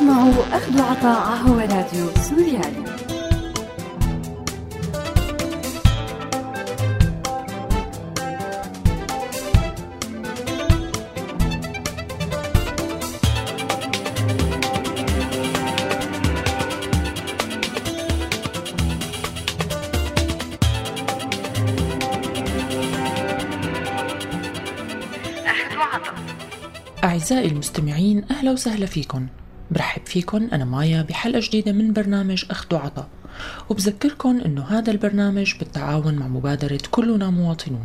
تسمعوا أخذ وعطاء على هوا راديو سوريالي. أعزائي المستمعين، أهلا وسهلا فيكن. برحب فيكن أنا مايا بحلقة جديدة من برنامج أخذ وعطاء، وبذكركن أنه هذا البرنامج بالتعاون مع مبادرة كلنا مواطنون.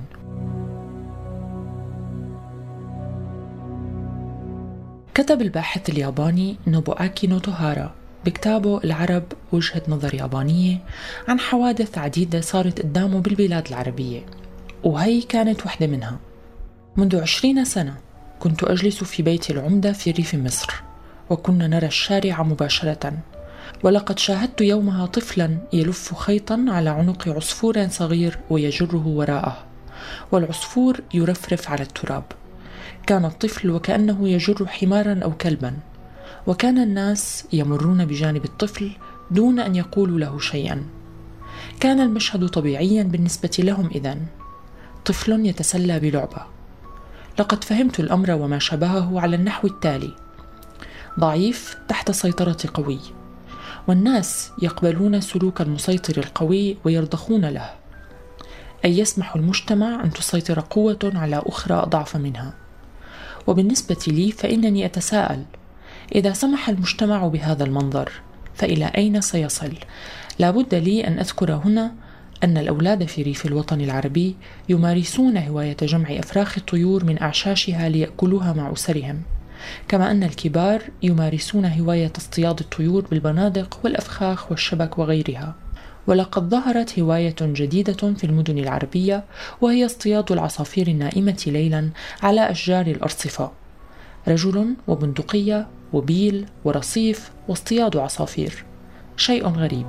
كتب الباحث الياباني نوبوآكي نوتوهارا بكتابه العرب وجهة نظر يابانية عن حوادث عديدة صارت قدامه بالبلاد العربية، وهي كانت واحدة منها. منذ 20 سنة كنت أجلس في بيت العمدة في ريف مصر، وكنا نرى الشارع مباشرة، ولقد شاهدت يومها طفلا يلف خيطا على عنق عصفور صغير ويجره وراءه، والعصفور يرفرف على التراب. كان الطفل وكأنه يجر حمارا أو كلبا، وكان الناس يمرون بجانب الطفل دون أن يقولوا له شيئا. كان المشهد طبيعيا بالنسبة لهم إذن، طفل يتسلى بلعبة. لقد فهمت الأمر وما شبهه على النحو التالي: ضعيف تحت سيطرة قوي، والناس يقبلون سلوك المسيطر القوي ويرضخون له، أي يسمح المجتمع أن تسيطر قوة على أخرى أضعف منها. وبالنسبة لي فإنني أتساءل، إذا سمح المجتمع بهذا المنظر فإلى أين سيصل؟ لابد لي أن أذكر هنا أن الأولاد في ريف الوطن العربي يمارسون هواية جمع أفراخ الطيور من أعشاشها ليأكلوها مع أسرهم، كما أن الكبار يمارسون هواية اصطياد الطيور بالبنادق والأفخاخ والشبك وغيرها. ولقد ظهرت هواية جديدة في المدن العربية، وهي اصطياد العصافير النائمة ليلا على أشجار الأرصفة. رجل وبندقية وبيل ورصيف واصطياد عصافير، شيء غريب.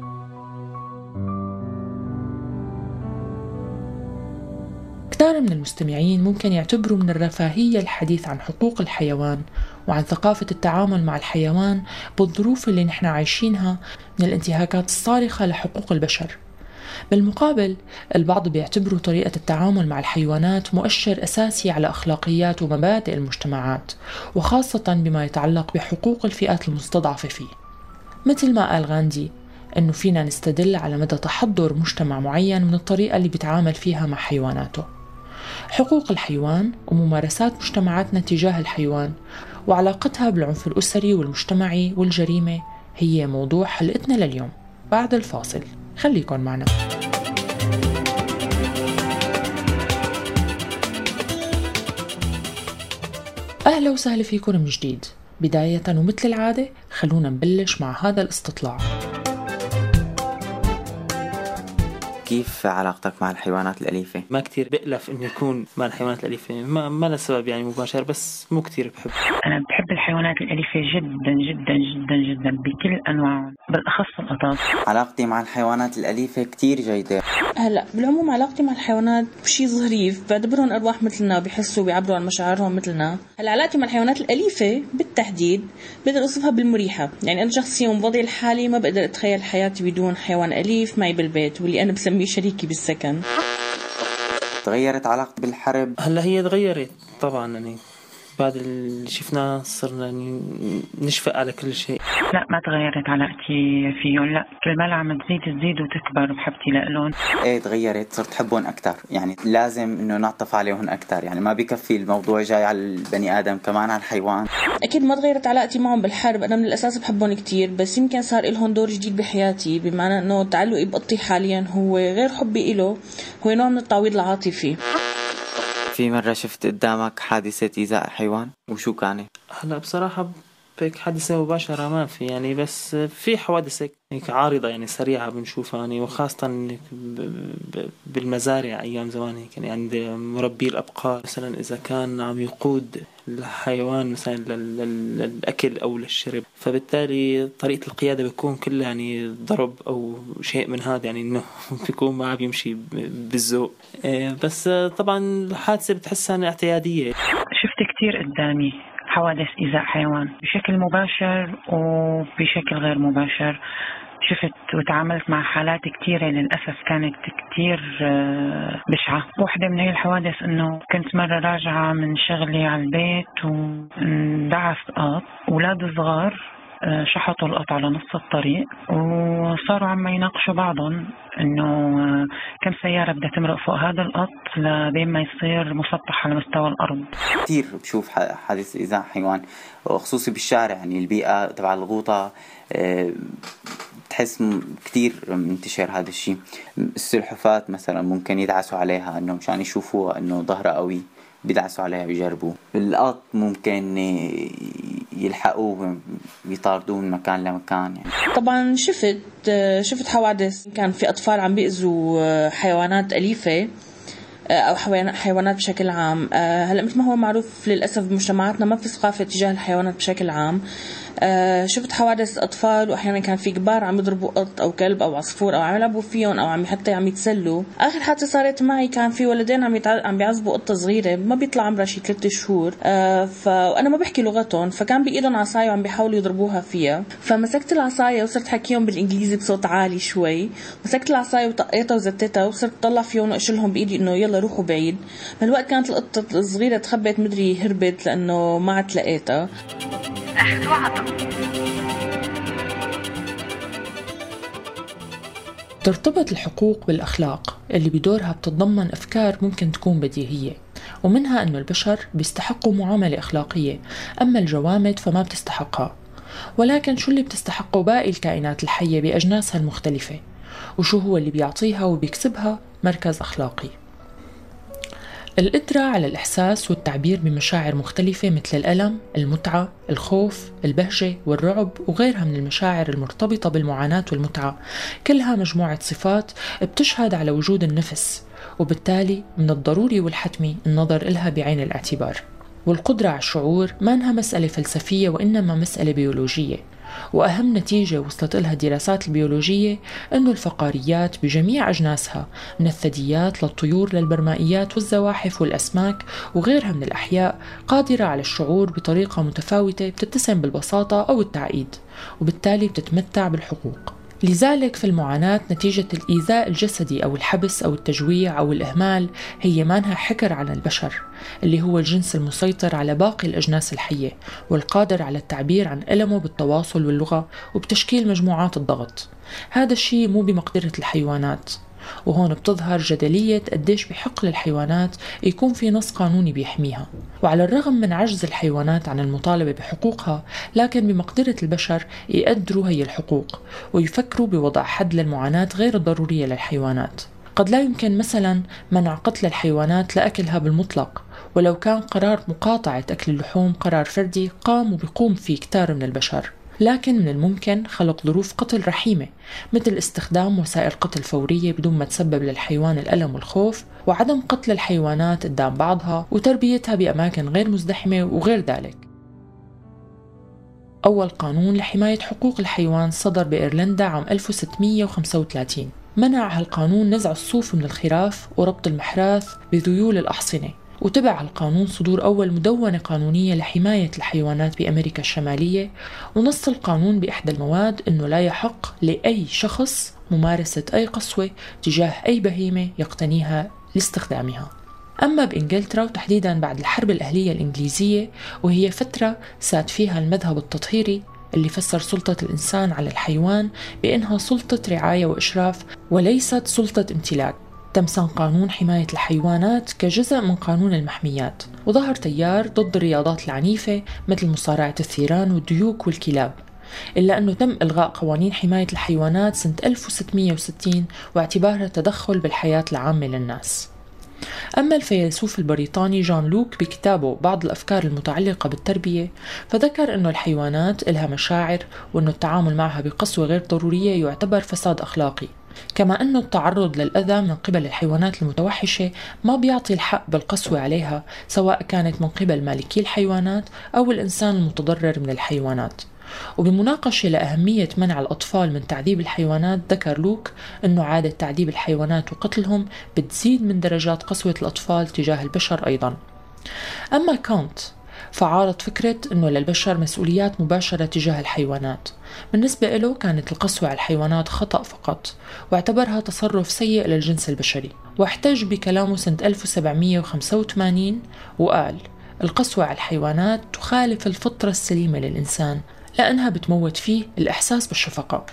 كثير من المستمعين ممكن يعتبروا من الرفاهية الحديث عن حقوق الحيوان وعن ثقافة التعامل مع الحيوان بالظروف اللي نحن عايشينها من الانتهاكات الصارخة لحقوق البشر. بالمقابل، البعض بيعتبروا طريقة التعامل مع الحيوانات مؤشر أساسي على أخلاقيات ومبادئ المجتمعات، وخاصة بما يتعلق بحقوق الفئات المستضعفة فيه. مثل ما قال غاندي إنه فينا نستدل على مدى تحضر مجتمع معين من الطريقة اللي بيتعامل فيها مع حيواناته. حقوق الحيوان وممارسات مجتمعاتنا تجاه الحيوان وعلاقتها بالعنف الأسري والمجتمعي والجريمة هي موضوع حلقتنا لليوم. بعد الفاصل خليكن معنا. أهلا وسهلا فيكم من جديد. بداية ومثل العادة خلونا نبلش مع هذا الاستطلاع. كيف علاقتك مع الحيوانات الأليفة؟ ما كتير بألف إنه يكون مع الحيوانات الأليفة، ما لسبب يعني مباشر، بس مو كتير بحب. أنا بحب الحيوانات الأليفة جدا جدا جدا جدا بكل أنواع، بالأخص القطط. علاقتي مع الحيوانات الأليفة كتير جيدة. هلا بالعموم علاقتي مع الحيوانات شيء ظريف، بعتبرهم أرواح مثلنا، بيحسوا بيعبروا عن مشاعرهم مثلنا. هلا علاقتي مع الحيوانات الأليفة بالتحديد بقدر أوصفها بالمريحة. يعني أنا شخصيا وضعي الحالي ما بقدر أتخيل حياتي بدون حيوان أليف معي بالبيت، واللي أنا بسميه شريكي بالسكن. تغيرت علاقتي بالحرب؟ هلا هي تغيرت طبعا، يعني بعد اللي شفناه صرنا نشفق على كل شيء. لا ما تغيرت علاقتي فيهم، لا كل ما عم تزيد وتكبر بحبتي لهم. ايه تغيرت، صرت حبهم أكتر، يعني لازم إنه نعطف عليهم أكتر، يعني ما بيكفي الموضوع جاي على البني آدم كمان على الحيوان. أكيد ما تغيرت علاقتي معهم بالحرب، أنا من الأساس بحبهم كتير، بس يمكن صار إلهم دور جديد بحياتي، بمعنى إنه تعلقي بقطي حاليا هو غير حبي إله، هو نوع من التعويض العاطفي. في مرة شفت قدامك حادثة إيذاء حيوان؟ وشو كانت؟ هلا بصراحة هيك حادثة مباشرة ما في، يعني بس في حوادث هيك عارضة يعني سريعة بنشوفها، يعني وخاصة بالمزارع أيام زمان هيك، يعني عند مربي الأبقار مثلا إذا كان عم يقود الحيوان مثلا للأكل أو للشرب، فبالتالي طريقة القيادة بيكون كلها يعني ضرب أو شيء من هذا، يعني إنه بيكون ما بيمشي بالذوق. بس طبعا الحادثة بتحسها اعتيادية. شفت كتير قدامي حوادث إيذاء حيوان بشكل مباشر وبشكل غير مباشر. شفت وتعاملت مع حالات كتيرة للأسف كانت كتير بشعة. واحدة من هي الحوادث إنه كنت مرة راجعة من شغلي على البيت ودعس قط، أولاد صغار شحطوا القط على نص الطريق وصاروا عم يناقشوا بعضهم إنه كم سيارة بدها تمرق فوق هذا القط لبين ما يصير مسطح على مستوى الأرض. كتير بشوف حادث إيذاء حيوان خصوصي بالشارع، يعني البيئة تبع الغوطة تحس كتير منتشر هذا الشيء. السلحفات مثلا ممكن يدعسوا عليها انه مشان يشوفوا انه ظهرها قوي، بيدعسوا عليها بيجربوا. القط ممكن يلحقوه يطاردوه من مكان لمكان يعني. طبعا شفت حوادث كان في اطفال عم بيأذوا حيوانات أليفة او حيوانات بشكل عام. هلا مثل ما هو معروف للاسف بمجتمعاتنا ما في ثقافه تجاه الحيوانات بشكل عام. شفت حوادث اطفال واحيانا كان في كبار عم يضربوا قط او كلب او عصفور او عم يلعبوا فيهم او حتى عم يتسلوا. اخر حادثه صارت معي كان في ولدين عم بيعذبوا قطه صغيره ما بيطلع عمرها شي 3 شهور. فانا ما بحكي لغتهم، فكان بايدهم عصايه وعم بيحاولوا يضربوها فيها. فمسكت العصايه وصرت حكيهم بالانجليزي بصوت عالي شوي، مسكت العصايه وطقيتها وزتتها وصرت طلع فيهم واشلهم بايدي انه يلا روحوا بعيد. بالوقت كانت القطه الصغيره تخبت مدري هربت لانه ما عاد لقيتها. ترتبط الحقوق بالأخلاق اللي بدورها بتتضمن أفكار ممكن تكون بديهية، ومنها أنه البشر بيستحقوا معاملة أخلاقية، أما الجوامد فما بتستحقها. ولكن شو اللي بتستحقه باقي الكائنات الحية بأجناسها المختلفة؟ وشو هو اللي بيعطيها وبيكسبها مركز أخلاقي؟ القدرة على الإحساس والتعبير بمشاعر مختلفة مثل الألم، المتعة، الخوف، البهجة والرعب وغيرها من المشاعر المرتبطة بالمعاناة والمتعة، كلها مجموعة صفات بتشهد على وجود النفس، وبالتالي من الضروري والحتمي النظر إلها بعين الاعتبار. والقدرة على الشعور ما إنها مسألة فلسفية وإنما مسألة بيولوجية، وأهم نتيجة وصلت لها الدراسات البيولوجية أنه الفقاريات بجميع أجناسها من الثدييات للطيور للبرمائيات والزواحف والأسماك وغيرها من الأحياء قادرة على الشعور بطريقة متفاوتة بتتسم بالبساطة أو التعقيد، وبالتالي بتتمتع بالحقوق. لذلك في المعاناة نتيجة الإيذاء الجسدي أو الحبس أو التجويع أو الإهمال هي مانها حكر عن البشر اللي هو الجنس المسيطر على باقي الأجناس الحية والقادر على التعبير عن ألمه بالتواصل واللغة وبتشكيل مجموعات الضغط. هذا الشيء مو بمقدرة الحيوانات، وهون بتظهر جدلية قديش بحق للحيوانات يكون في نص قانوني بيحميها. وعلى الرغم من عجز الحيوانات عن المطالبة بحقوقها، لكن بمقدرة البشر يقدروا هي الحقوق ويفكروا بوضع حد للمعاناة غير الضرورية للحيوانات. قد لا يمكن مثلا منع قتل الحيوانات لأكلها بالمطلق، ولو كان قرار مقاطعة أكل اللحوم قرار فردي قام وبيقوم فيه كتار من البشر، لكن من الممكن خلق ظروف قتل رحيمة مثل استخدام وسائل قتل فورية بدون ما تسبب للحيوان الألم والخوف، وعدم قتل الحيوانات قدام بعضها وتربيتها بأماكن غير مزدحمة وغير ذلك. أول قانون لحماية حقوق الحيوان صدر بإيرلندا عام 1635. منع هالقانون نزع الصوف من الخراف وربط المحراث بذيول الأحصنة، وتبع القانون صدور أول مدونة قانونية لحماية الحيوانات بأمريكا الشمالية، ونص القانون بإحدى المواد أنه لا يحق لأي شخص ممارسة أي قسوة تجاه أي بهيمة يقتنيها لاستخدامها. أما بإنجلترا وتحديدا بعد الحرب الأهلية الإنجليزية، وهي فترة ساد فيها المذهب التطهيري اللي فسر سلطة الإنسان على الحيوان بأنها سلطة رعاية وإشراف وليست سلطة امتلاك، تم صنع قانون حماية الحيوانات كجزء من قانون المحميات، وظهر تيار ضد الرياضات العنيفة مثل مصارعة الثيران والديوك والكلاب، إلا أنه تم إلغاء قوانين حماية الحيوانات سنة 1660 واعتبارها تدخل بالحياة العامة للناس. أما الفيلسوف البريطاني جون لوك بكتابه بعض الأفكار المتعلقة بالتربية فذكر أنه الحيوانات إلها مشاعر، وأنه التعامل معها بقسوة غير ضرورية يعتبر فساد أخلاقي، كما أنه التعرض للأذى من قبل الحيوانات المتوحشة ما بيعطي الحق بالقسوة عليها، سواء كانت من قبل مالكي الحيوانات أو الإنسان المتضرر من الحيوانات. وبمناقشة لأهمية منع الأطفال من تعذيب الحيوانات ذكر لوك أنه عادة تعذيب الحيوانات وقتلهم بتزيد من درجات قسوة الأطفال تجاه البشر أيضا. أما كانت فعارض فكرة أنه للبشر مسؤوليات مباشرة تجاه الحيوانات. بالنسبة له كانت القسوة على الحيوانات خطأ فقط، واعتبرها تصرف سيء للجنس البشري، واحتج بكلامه سنة 1785 وقال: القسوة على الحيوانات تخالف الفطرة السليمة للإنسان لأنها بتموت فيه الإحساس بالشفقة.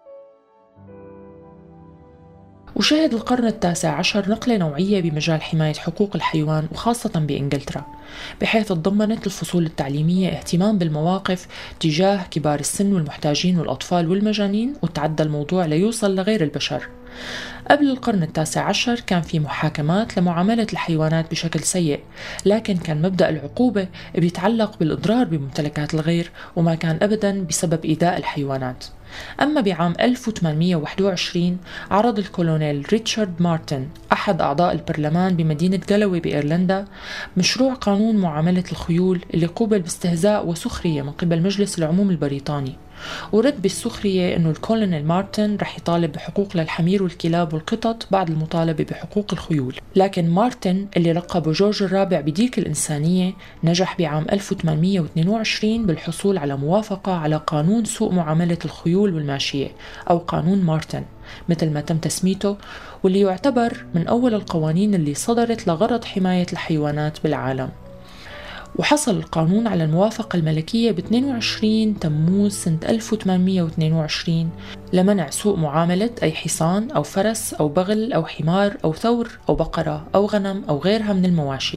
وشهد القرن ال19 نقلة نوعية بمجال حماية حقوق الحيوان وخاصة بإنجلترا، بحيث تضمنت الفصول التعليمية اهتمام بالمواقف تجاه كبار السن والمحتاجين والأطفال والمجانين، وتعدى الموضوع ليوصل لغير البشر. قبل القرن ال19 كان في محاكمات لمعاملة الحيوانات بشكل سيء، لكن كان مبدأ العقوبة بيتعلق بالإضرار بممتلكات الغير وما كان أبدا بسبب إيذاء الحيوانات. أما بعام 1821 عرض الكولونيل ريتشارد مارتن أحد أعضاء البرلمان بمدينة جالوي بإيرلندا مشروع قانون معاملة الخيول اللي قوبل باستهزاء وسخرية من قبل مجلس العموم البريطاني، ورد بالسخرية أنه الكولونيل مارتن رح يطالب بحقوق للحمير والكلاب والقطط بعد المطالبة بحقوق الخيول. لكن مارتن اللي لقبه جورج الرابع بديك الإنسانية نجح بعام 1822 بالحصول على موافقة على قانون سوء معاملة الخيول والماشية، أو قانون مارتن مثل ما تم تسميته، واللي يعتبر من أول القوانين اللي صدرت لغرض حماية الحيوانات بالعالم. وحصل القانون على الموافقة الملكية ب 22 تموز سنة 1822 لمنع سوء معاملة أي حصان أو فرس أو بغل أو حمار أو ثور أو بقرة أو غنم أو غيرها من المواشي.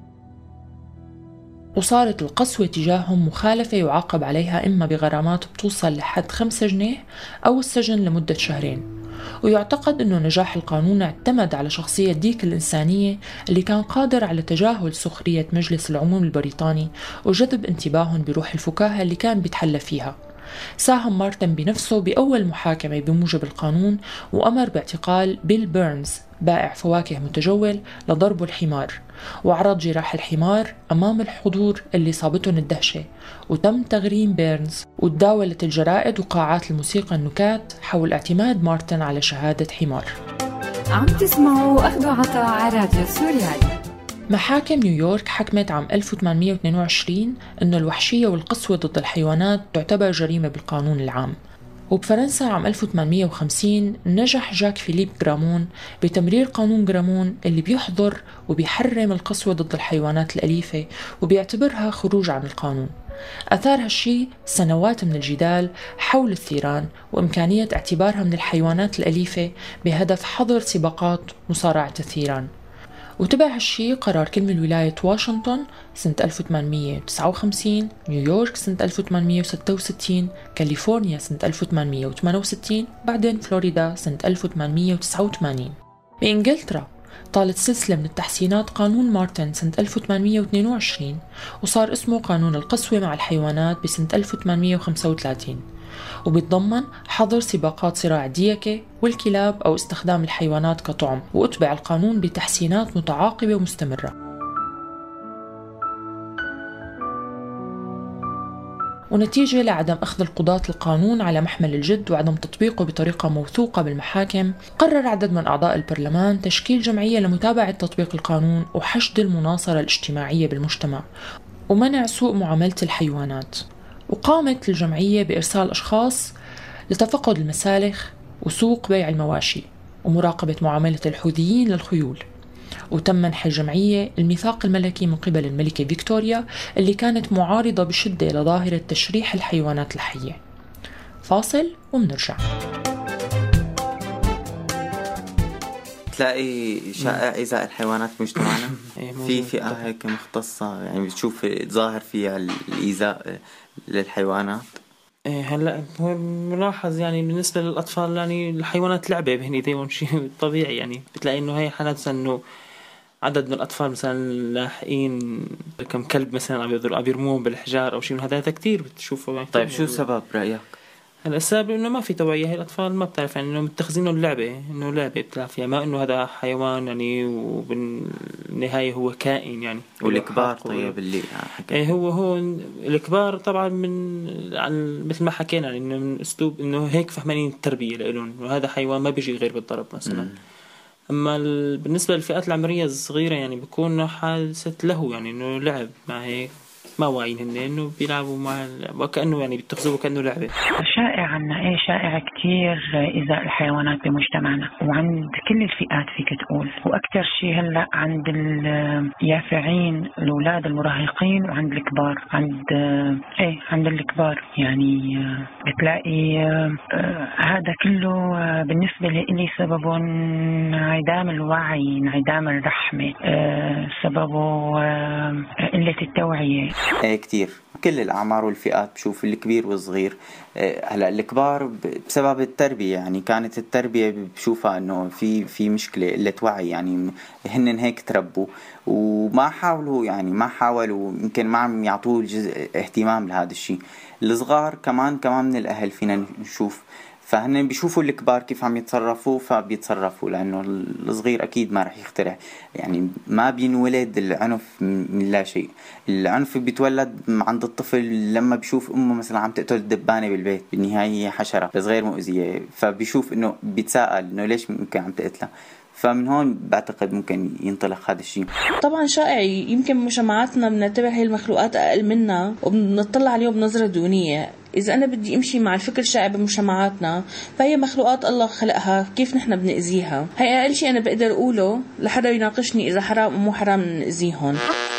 وصارت القسوة تجاههم مخالفة يعاقب عليها إما بغرامات بتوصل لحد 5 جنيه أو السجن لمدة 2 شهرين. ويعتقد أنه نجاح القانون اعتمد على شخصية ديك الإنسانية اللي كان قادر على تجاهل سخرية مجلس العموم البريطاني وجذب انتباههم بروح الفكاهة اللي كان بيتحلى فيها. ساهم مارتن بنفسه بأول محاكمة بموجب القانون، وأمر باعتقال بيل بيرنز بائع فواكه متجول لضربه الحمار، وعرض جراح الحمار أمام الحضور اللي صابتهم الدهشة، وتم تغريم بيرنز، وتداولت الجرائد وقاعات الموسيقى النكات حول اعتماد مارتن على شهادة حمار. عم تسمعوا أخذ وعطاء على راديو سوريالي. محاكم نيويورك حكمت عام 1822 أن الوحشية والقسوة ضد الحيوانات تعتبر جريمة بالقانون العام. وبفرنسا عام 1850 نجح جاك فيليب جرامون بتمرير قانون جرامون اللي بيحظر وبيحرم القسوة ضد الحيوانات الأليفة وبيعتبرها خروج عن القانون. أثار هالشي سنوات من الجدال حول الثيران وإمكانية اعتبارها من الحيوانات الأليفة بهدف حظر سباقات مصارعة الثيران. وتبع هالشي قرار كل من ولاية واشنطن سنة 1859، نيويورك سنة 1866، كاليفورنيا سنة 1868، بعدين فلوريدا سنة 1889. بإنجلترا طالت سلسلة من التحسينات قانون مارتن سنة 1822 وصار اسمه قانون القسوة مع الحيوانات بسنة 1835، وبيتضمن حظر سباقات صراع الديكة والكلاب أو استخدام الحيوانات كطعم، وأتبع القانون بتحسينات متعاقبة ومستمرة. ونتيجة لعدم أخذ القضاة القانون على محمل الجد وعدم تطبيقه بطريقة موثوقة بالمحاكم، قرر عدد من أعضاء البرلمان تشكيل جمعية لمتابعة تطبيق القانون وحشد المناصرة الاجتماعية بالمجتمع ومنع سوء معاملة الحيوانات. وقامت الجمعية بإرسال أشخاص لتفقد المسالخ وسوق بيع المواشي ومراقبة معاملة الحوثيين للخيول. وتم منح الجمعية الميثاق الملكي من قبل الملكة فيكتوريا اللي كانت معارضة بشدة لظاهرة تشريح الحيوانات الحية. فاصل ومنرجع. تلاقي شائع إيذاء الحيوانات بمجتمعنا. في فئة هيك مختصة يعني بتشوف ظاهر فيها الإيذاء للحيوانات. هلا هو ملاحظ يعني بالنسبة للأطفال يعني الحيوانات لعبة بهن إيديهم شيء طبيعي، يعني بتلاقي إنه هي حالات إنه عدد من الأطفال مثلا لاحقين كم كلب مثلا عم يرموهم بالحجار أو شيء من هذا كتير بتشوفه يعني. طيب شو السبب رأيك؟ هلا السبب إنه ما في توعية، هي الأطفال ما بتعرف يعني إنه متخذينه اللعبة، إنه لعبة بتلعب فيها، ما إنه هذا حيوان يعني وبالنهاية هو كائن يعني. والكبار طيب اللي هو الكبار طبعا من مثل ما حكينا يعني إنه من أسلوب إنه هيك فهمانين التربية لإلهم إنه هذا حيوان ما بيجي غير بالضرب مثلا. أما بالنسبة للفئات العمرية الصغيرة يعني بيكون حادثة له يعني إنه لعب مع هيك ما واعيين هن إنه بيلعبوا مع وكأنه يعني بيتخذوه كأنه لعبة. شائع عنا شائع كتير إيذاء الحيوانات بمجتمعنا وعند كل الفئات فيك تقول، وأكثر شيء هلا عند اليافعين الأولاد المراهقين وعند الكبار، عند الكبار يعني بتلاقي هذا كله بالنسبة لي سببه انعدام الوعي، انعدام الرحمة، سببه قلة التوعية. كتير كل الأعمار والفئات، بشوف الكبير والصغير. هلا الكبار بسبب التربية، يعني كانت التربية بشوفها إنه في مشكلة قلة وعي، يعني هن هيك تربوا وما حاولوا يمكن ما عم يعطوه اهتمام لهذا الشيء. الصغار كمان من الأهل فينا نشوف، فهن بيشوفوا الكبار كيف عم يتصرفوا فبيتصرفوا، لأنه الصغير أكيد ما رح يخترع، يعني ما بينولد العنف من لا شيء. العنف بيتولد عند الطفل لما بيشوف أمه مثلا عم تقتل دبانة بالبيت، بالنهاية هي حشرة صغير مؤذية، فبيشوف إنه بيتساءل إنه ليش ممكن عم تقتلها، فمن هون بعتقد ممكن ينطلق هذا الشيء. طبعا شائع، يمكن مجتمعاتنا بنعتبر هاي المخلوقات أقل منا وبنطلع عليهم بنظرة دونية. إذا أنا بدي أمشي مع الفكر الشائع بمجتمعاتنا فهي مخلوقات الله خلقها، كيف نحن بنأذيها؟ هاي أقل شيء أنا بقدر أقوله لحدا يناقشني إذا حرام أو مو حرام نأذيهم.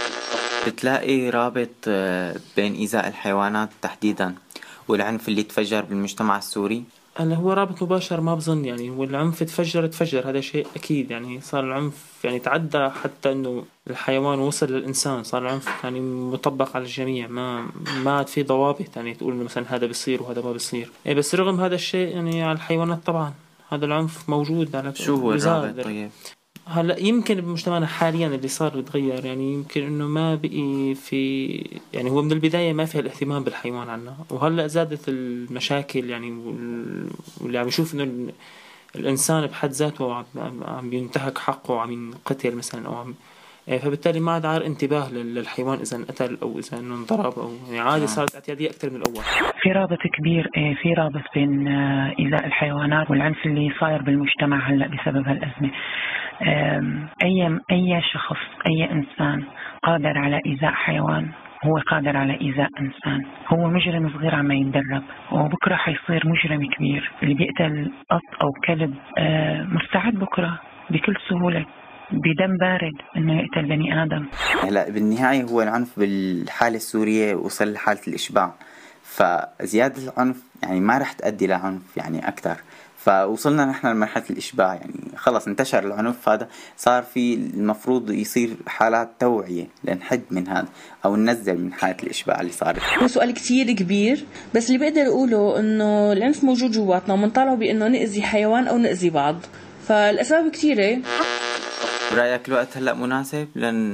بتلاقي رابط بين إيذاء الحيوانات تحديدا والعنف اللي تفجر بالمجتمع السوري؟ هلا هو رابط مباشر ما بظن، يعني هو العنف تفجر هذا شيء أكيد، يعني صار العنف يعني تعدى حتى إنه الحيوان وصل للإنسان، صار العنف يعني مطبق على الجميع، ما عاد في ضوابط يعني تقول مثلا هذا بيصير وهذا ما بيصير. بس رغم هذا الشيء يعني على الحيوانات طبعا هذا العنف موجود. على شو هو الرابط طيب؟ هلا يمكن بمجتمعنا حاليا اللي صار يتغير، يعني يمكن انه ما بقي في، يعني هو من البدايه ما في الاهتمام بالحيوان عنا، وهلا زادت المشاكل يعني واللي عم يشوف انه الانسان بحد ذاته عم ينتهك حقه وعم ينقتل مثلا او عم، فبالتالي ما عاد عار انتباه للحيوان اذا انقتل او اذا انه انضرب او يعني عادي صارت اعتياديه اكثر من الاول. في رابط كبير، في رابط بين ايذاء الحيوانات والعنف اللي صاير بالمجتمع هلا بسبب هالازمه. اي شخص، اي انسان قادر على ايذاء حيوان هو قادر على ايذاء انسان. هو مجرم صغير عم يتدرب وبكره حيصير مجرم كبير. اللي بيقتل قط او كلب مستعد بكره بكل سهوله بدم بارد انه يقتل بني ادم. هلا بالنهايه هو العنف بالحاله السوريه وصل لحاله الاشباع، فزياده العنف يعني ما رح تؤدي لعنف يعني اكثر، فوصلنا نحن لمرحله الاشباع، يعني خلص انتشر العنف. هذا صار في المفروض يصير حالات توعيه لنحد من هذا او ننزل من حاله الاشباع اللي صارت. هو سؤال كتير كبير، بس اللي بقدر اقوله انه العنف موجود جواتنا ومنطلعه بانه نأذي حيوان او نأذي بعض، فالاسباب كتيره. برأيك الوقت هلأ مناسب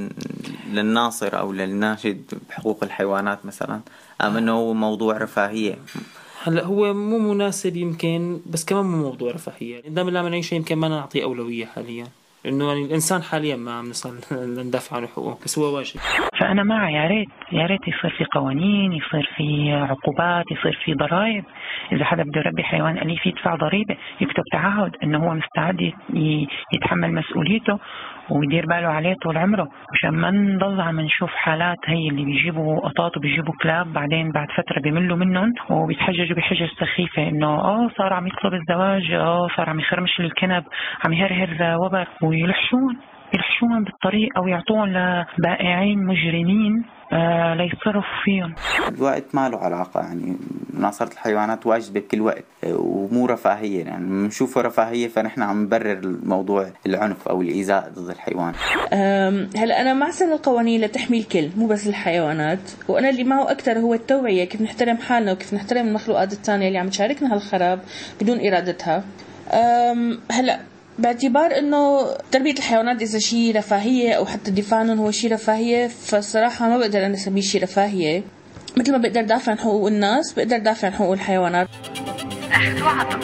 للناصر أو للناشد بحقوق الحيوانات مثلا، أم أنه هو موضوع رفاهية؟ هلا هو مو مناسب يمكن، بس كمان مو موضوع رفاهية. دام اللي عم نعيش يمكن ما نعطيه أولوية حاليا، إنه يعني الإنسان حاليا ما عم نصل ندافع عن حقوقه، بس هو واجب. فأنا مع يا ريت يصير في قوانين، يصير في عقوبات، يصير في ضرائب. إذا حدا بده يربي حيوان أليف يدفع ضريبة، يكتب تعهد إنه هو مستعد يتحمل مسؤوليته ويدير باله عليه طول عمره، عشان ما نضل عم نشوف حالات هي اللي بيجيبوا قطاط وبيجيبوا كلاب بعدين بعد فترة بيملوا منهم وبيتحججوا بحجج سخيفة إنه صار عم يطلب الزواج، صار عم يخرمش الكنب، عم يهرهر وبر، ويلحشون بالطريق أو يعطون لبائعين مجرمين ليصرفوا فيهم. الوقت ما له علاقة، يعني مناصرة الحيوانات واجبة بكل وقت ومو رفاهية، يعني بنشوفه رفاهية فنحن عم نبرر الموضوع العنف أو الإيذاء ضد الحيوان. هلا أنا مع سن القوانين لتحمي الكل مو بس الحيوانات، وأنا اللي معه أكتر هو التوعية، كيف نحترم حالنا وكيف نحترم المخلوقات الثانية اللي عم تشاركنا هالخراب بدون إرادتها. هلا باعتبار انه تربية الحيوانات اذا شيء رفاهية او حتى الدفاع عنهم هو شيء رفاهية، فالصراحة ما بقدر انا اسميه شيء رفاهية. مثل ما بقدر دافع عن حقوق الناس بقدر دافع عن حقوق الحيوانات. أخذ وعطا.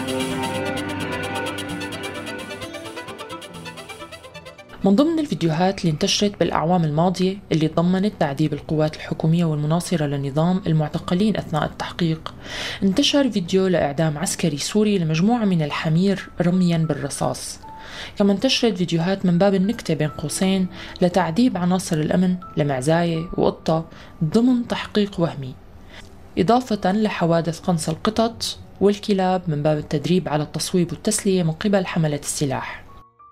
من ضمن الفيديوهات اللي انتشرت بالأعوام الماضية اللي ضمنت تعذيب القوات الحكومية والمناصرة للنظام المعتقلين أثناء التحقيق، انتشر فيديو لإعدام عسكري سوري لمجموعة من الحمير رميا بالرصاص. كما انتشرت فيديوهات من باب النكتة بين قوسين لتعذيب عناصر الأمن لمعزاية وقطة ضمن تحقيق وهمي، إضافة لحوادث قنص القطط والكلاب من باب التدريب على التصويب والتسلية من قبل حملة السلاح.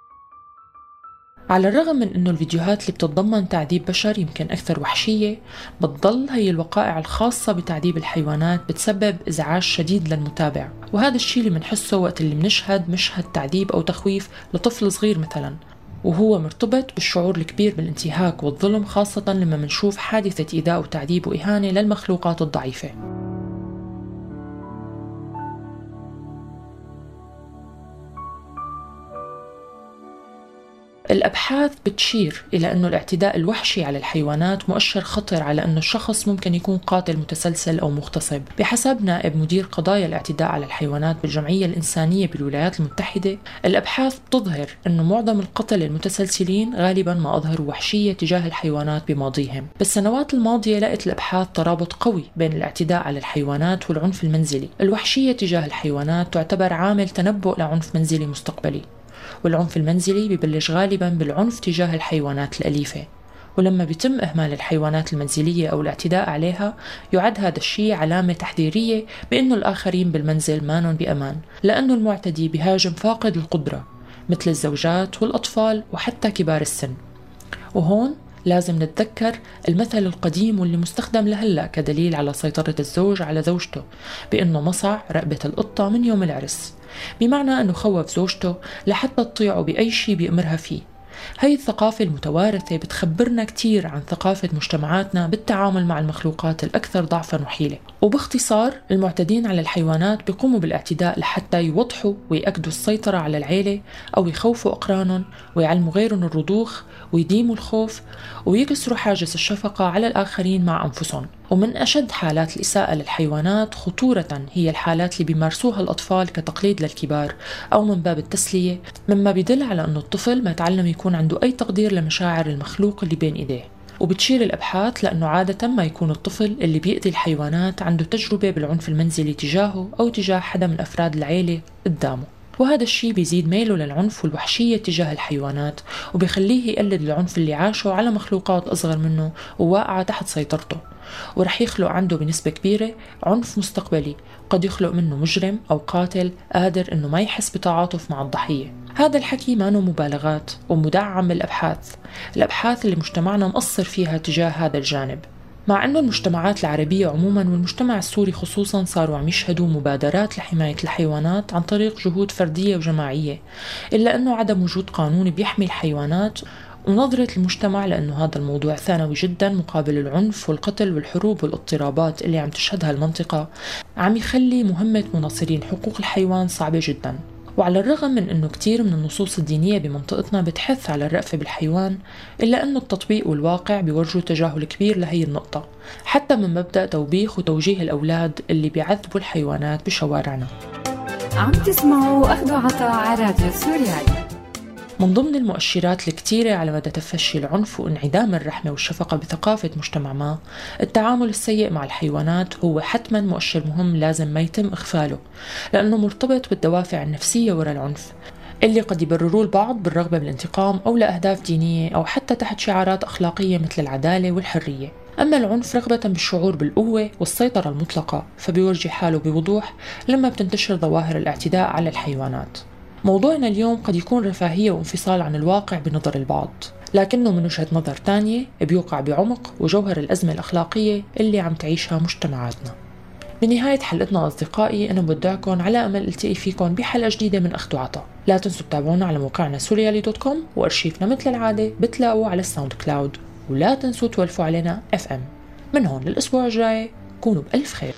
على الرغم من أنه الفيديوهات اللي بتتضمن تعذيب بشر يمكن أكثر وحشية، بتضل هي الوقائع الخاصة بتعذيب الحيوانات بتسبب إزعاج شديد للمتابع، وهذا الشيء اللي منحسه وقت اللي منشهد مشهد تعذيب أو تخويف لطفل صغير مثلا، وهو مرتبط بالشعور الكبير بالانتهاك والظلم، خاصة لما منشوف حادثة إيذاء وتعذيب وإهانة للمخلوقات الضعيفة. الأبحاث بتشير إلى أنه الاعتداء الوحشي على الحيوانات مؤشر خطر على أنه الشخص ممكن يكون قاتل متسلسل أو مغتصب. بحسب نائب مدير قضايا الاعتداء على الحيوانات بالجمعية الإنسانية بالولايات المتحدة، الأبحاث بتظهر أنه معظم القتلة المتسلسلين غالبا ما أظهروا وحشية تجاه الحيوانات بماضيهم. بالسنوات الماضية لقت الأبحاث ترابط قوي بين الاعتداء على الحيوانات والعنف المنزلي. الوحشية تجاه الحيوانات تعتبر عامل تنبؤ لعنف منزلي مستقبلي، والعنف المنزلي بيبلش غالباً بالعنف تجاه الحيوانات الأليفة، ولما بيتم إهمال الحيوانات المنزلية أو الاعتداء عليها يعد هذا الشيء علامة تحذيرية بأنه الآخرين بالمنزل مانن بأمان، لأنه المعتدي بهاجم فاقد القدرة مثل الزوجات والأطفال وحتى كبار السن. وهون لازم نتذكر المثل القديم واللي مستخدم لهلأ كدليل على سيطرة الزوج على زوجته، بأنه مصع رقبة القطة من يوم العرس، بمعنى أنه خوف زوجته لحتى تطيعه بأي شيء بيأمرها فيه. هاي الثقافة المتوارثة بتخبرنا كتير عن ثقافة مجتمعاتنا بالتعامل مع المخلوقات الأكثر ضعفاً وحيلة. وباختصار، المعتدين على الحيوانات بيقوموا بالاعتداء لحتى يوضحوا ويأكدوا السيطرة على العيلة، أو يخوفوا أقرانهم ويعلموا غيرهم الرضوخ ويديموا الخوف ويكسروا حاجز الشفقة على الآخرين مع أنفسهم. ومن أشد حالات الإساءة للحيوانات خطورة هي الحالات اللي بيمارسوها الأطفال كتقليد للكبار أو من باب التسلية، مما بيدل على أنه الطفل ما تعلم يكون عنده أي تقدير لمشاعر المخلوق اللي بين إيديه. وبتشير الأبحاث لأنه عادة ما يكون الطفل اللي بيأذي الحيوانات عنده تجربة بالعنف المنزلي تجاهه أو تجاه حدا من أفراد العيلة قدامه، وهذا الشيء بيزيد ميله للعنف والوحشية تجاه الحيوانات، وبيخليه يقلد العنف اللي عاشه على مخلوقات أصغر منه وواقعة تحت سيطرته، ورح يخلق عنده بنسبة كبيرة عنف مستقبلي قد يخلق منه مجرم أو قاتل قادر إنه ما يحس بتعاطف مع الضحية. هذا الحكي ما نو مبالغات ومدعم بالأبحاث اللي مجتمعنا مقصر فيها تجاه هذا الجانب. مع أنه المجتمعات العربية عموما والمجتمع السوري خصوصا صاروا عم يشهدوا مبادرات لحماية الحيوانات عن طريق جهود فردية وجماعية، إلا أنه عدم وجود قانون بيحمي الحيوانات ونظرة المجتمع لأنه هذا الموضوع ثانوي جدا مقابل العنف والقتل والحروب والاضطرابات اللي عم تشهدها المنطقة عم يخلي مهمة مناصرين حقوق الحيوان صعبة جدا. وعلى الرغم من أنه كتير من النصوص الدينية بمنطقتنا بتحث على الرأفة بالحيوان، إلا أنه التطبيق والواقع بيورجوا تجاهل كبير لهي النقطة، حتى من مبدأ توبيخ وتوجيه الأولاد اللي بيعذبوا الحيوانات بشوارعنا. عم تسمعوا أخذ وعطاء على راديو سوريالي. من ضمن المؤشرات الكتيرة على مدى تفشي العنف وانعدام الرحمة والشفقة بثقافة مجتمع ما، التعامل السيء مع الحيوانات هو حتما مؤشر مهم لازم ما يتم إغفاله، لأنه مرتبط بالدوافع النفسية وراء العنف اللي قد يبرروا البعض بالرغبة بالانتقام أو لأهداف دينية أو حتى تحت شعارات أخلاقية مثل العدالة والحرية. أما العنف رغبة بالشعور بالقوة والسيطرة المطلقة فبيورجي حاله بوضوح لما بتنتشر ظواهر الاعتداء على الحيوانات. موضوعنا اليوم قد يكون رفاهية وانفصال عن الواقع بنظر البعض، لكنه من وجهة نظر تانية بيوقع بعمق وجوهر الأزمة الأخلاقية اللي عم تعيشها مجتمعاتنا. بنهاية حلقتنا أصدقائي، أنا بودعكم على أمل التقي فيكم بحلقة جديدة من أخذ وعطاء. لا تنسوا تتابعونا على موقعنا سوريالي.com، وأرشيفنا مثل العادة بتلاقوه على الساوند كلاود، ولا تنسوا تولفوا علينا FM. من هون للأسبوع الجاي كونوا بألف خير.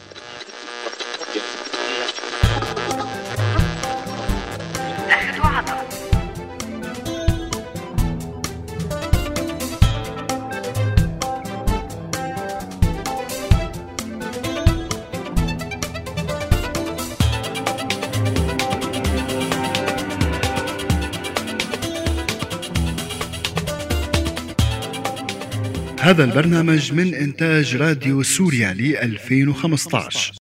هذا البرنامج من إنتاج راديو سوريالي 2015.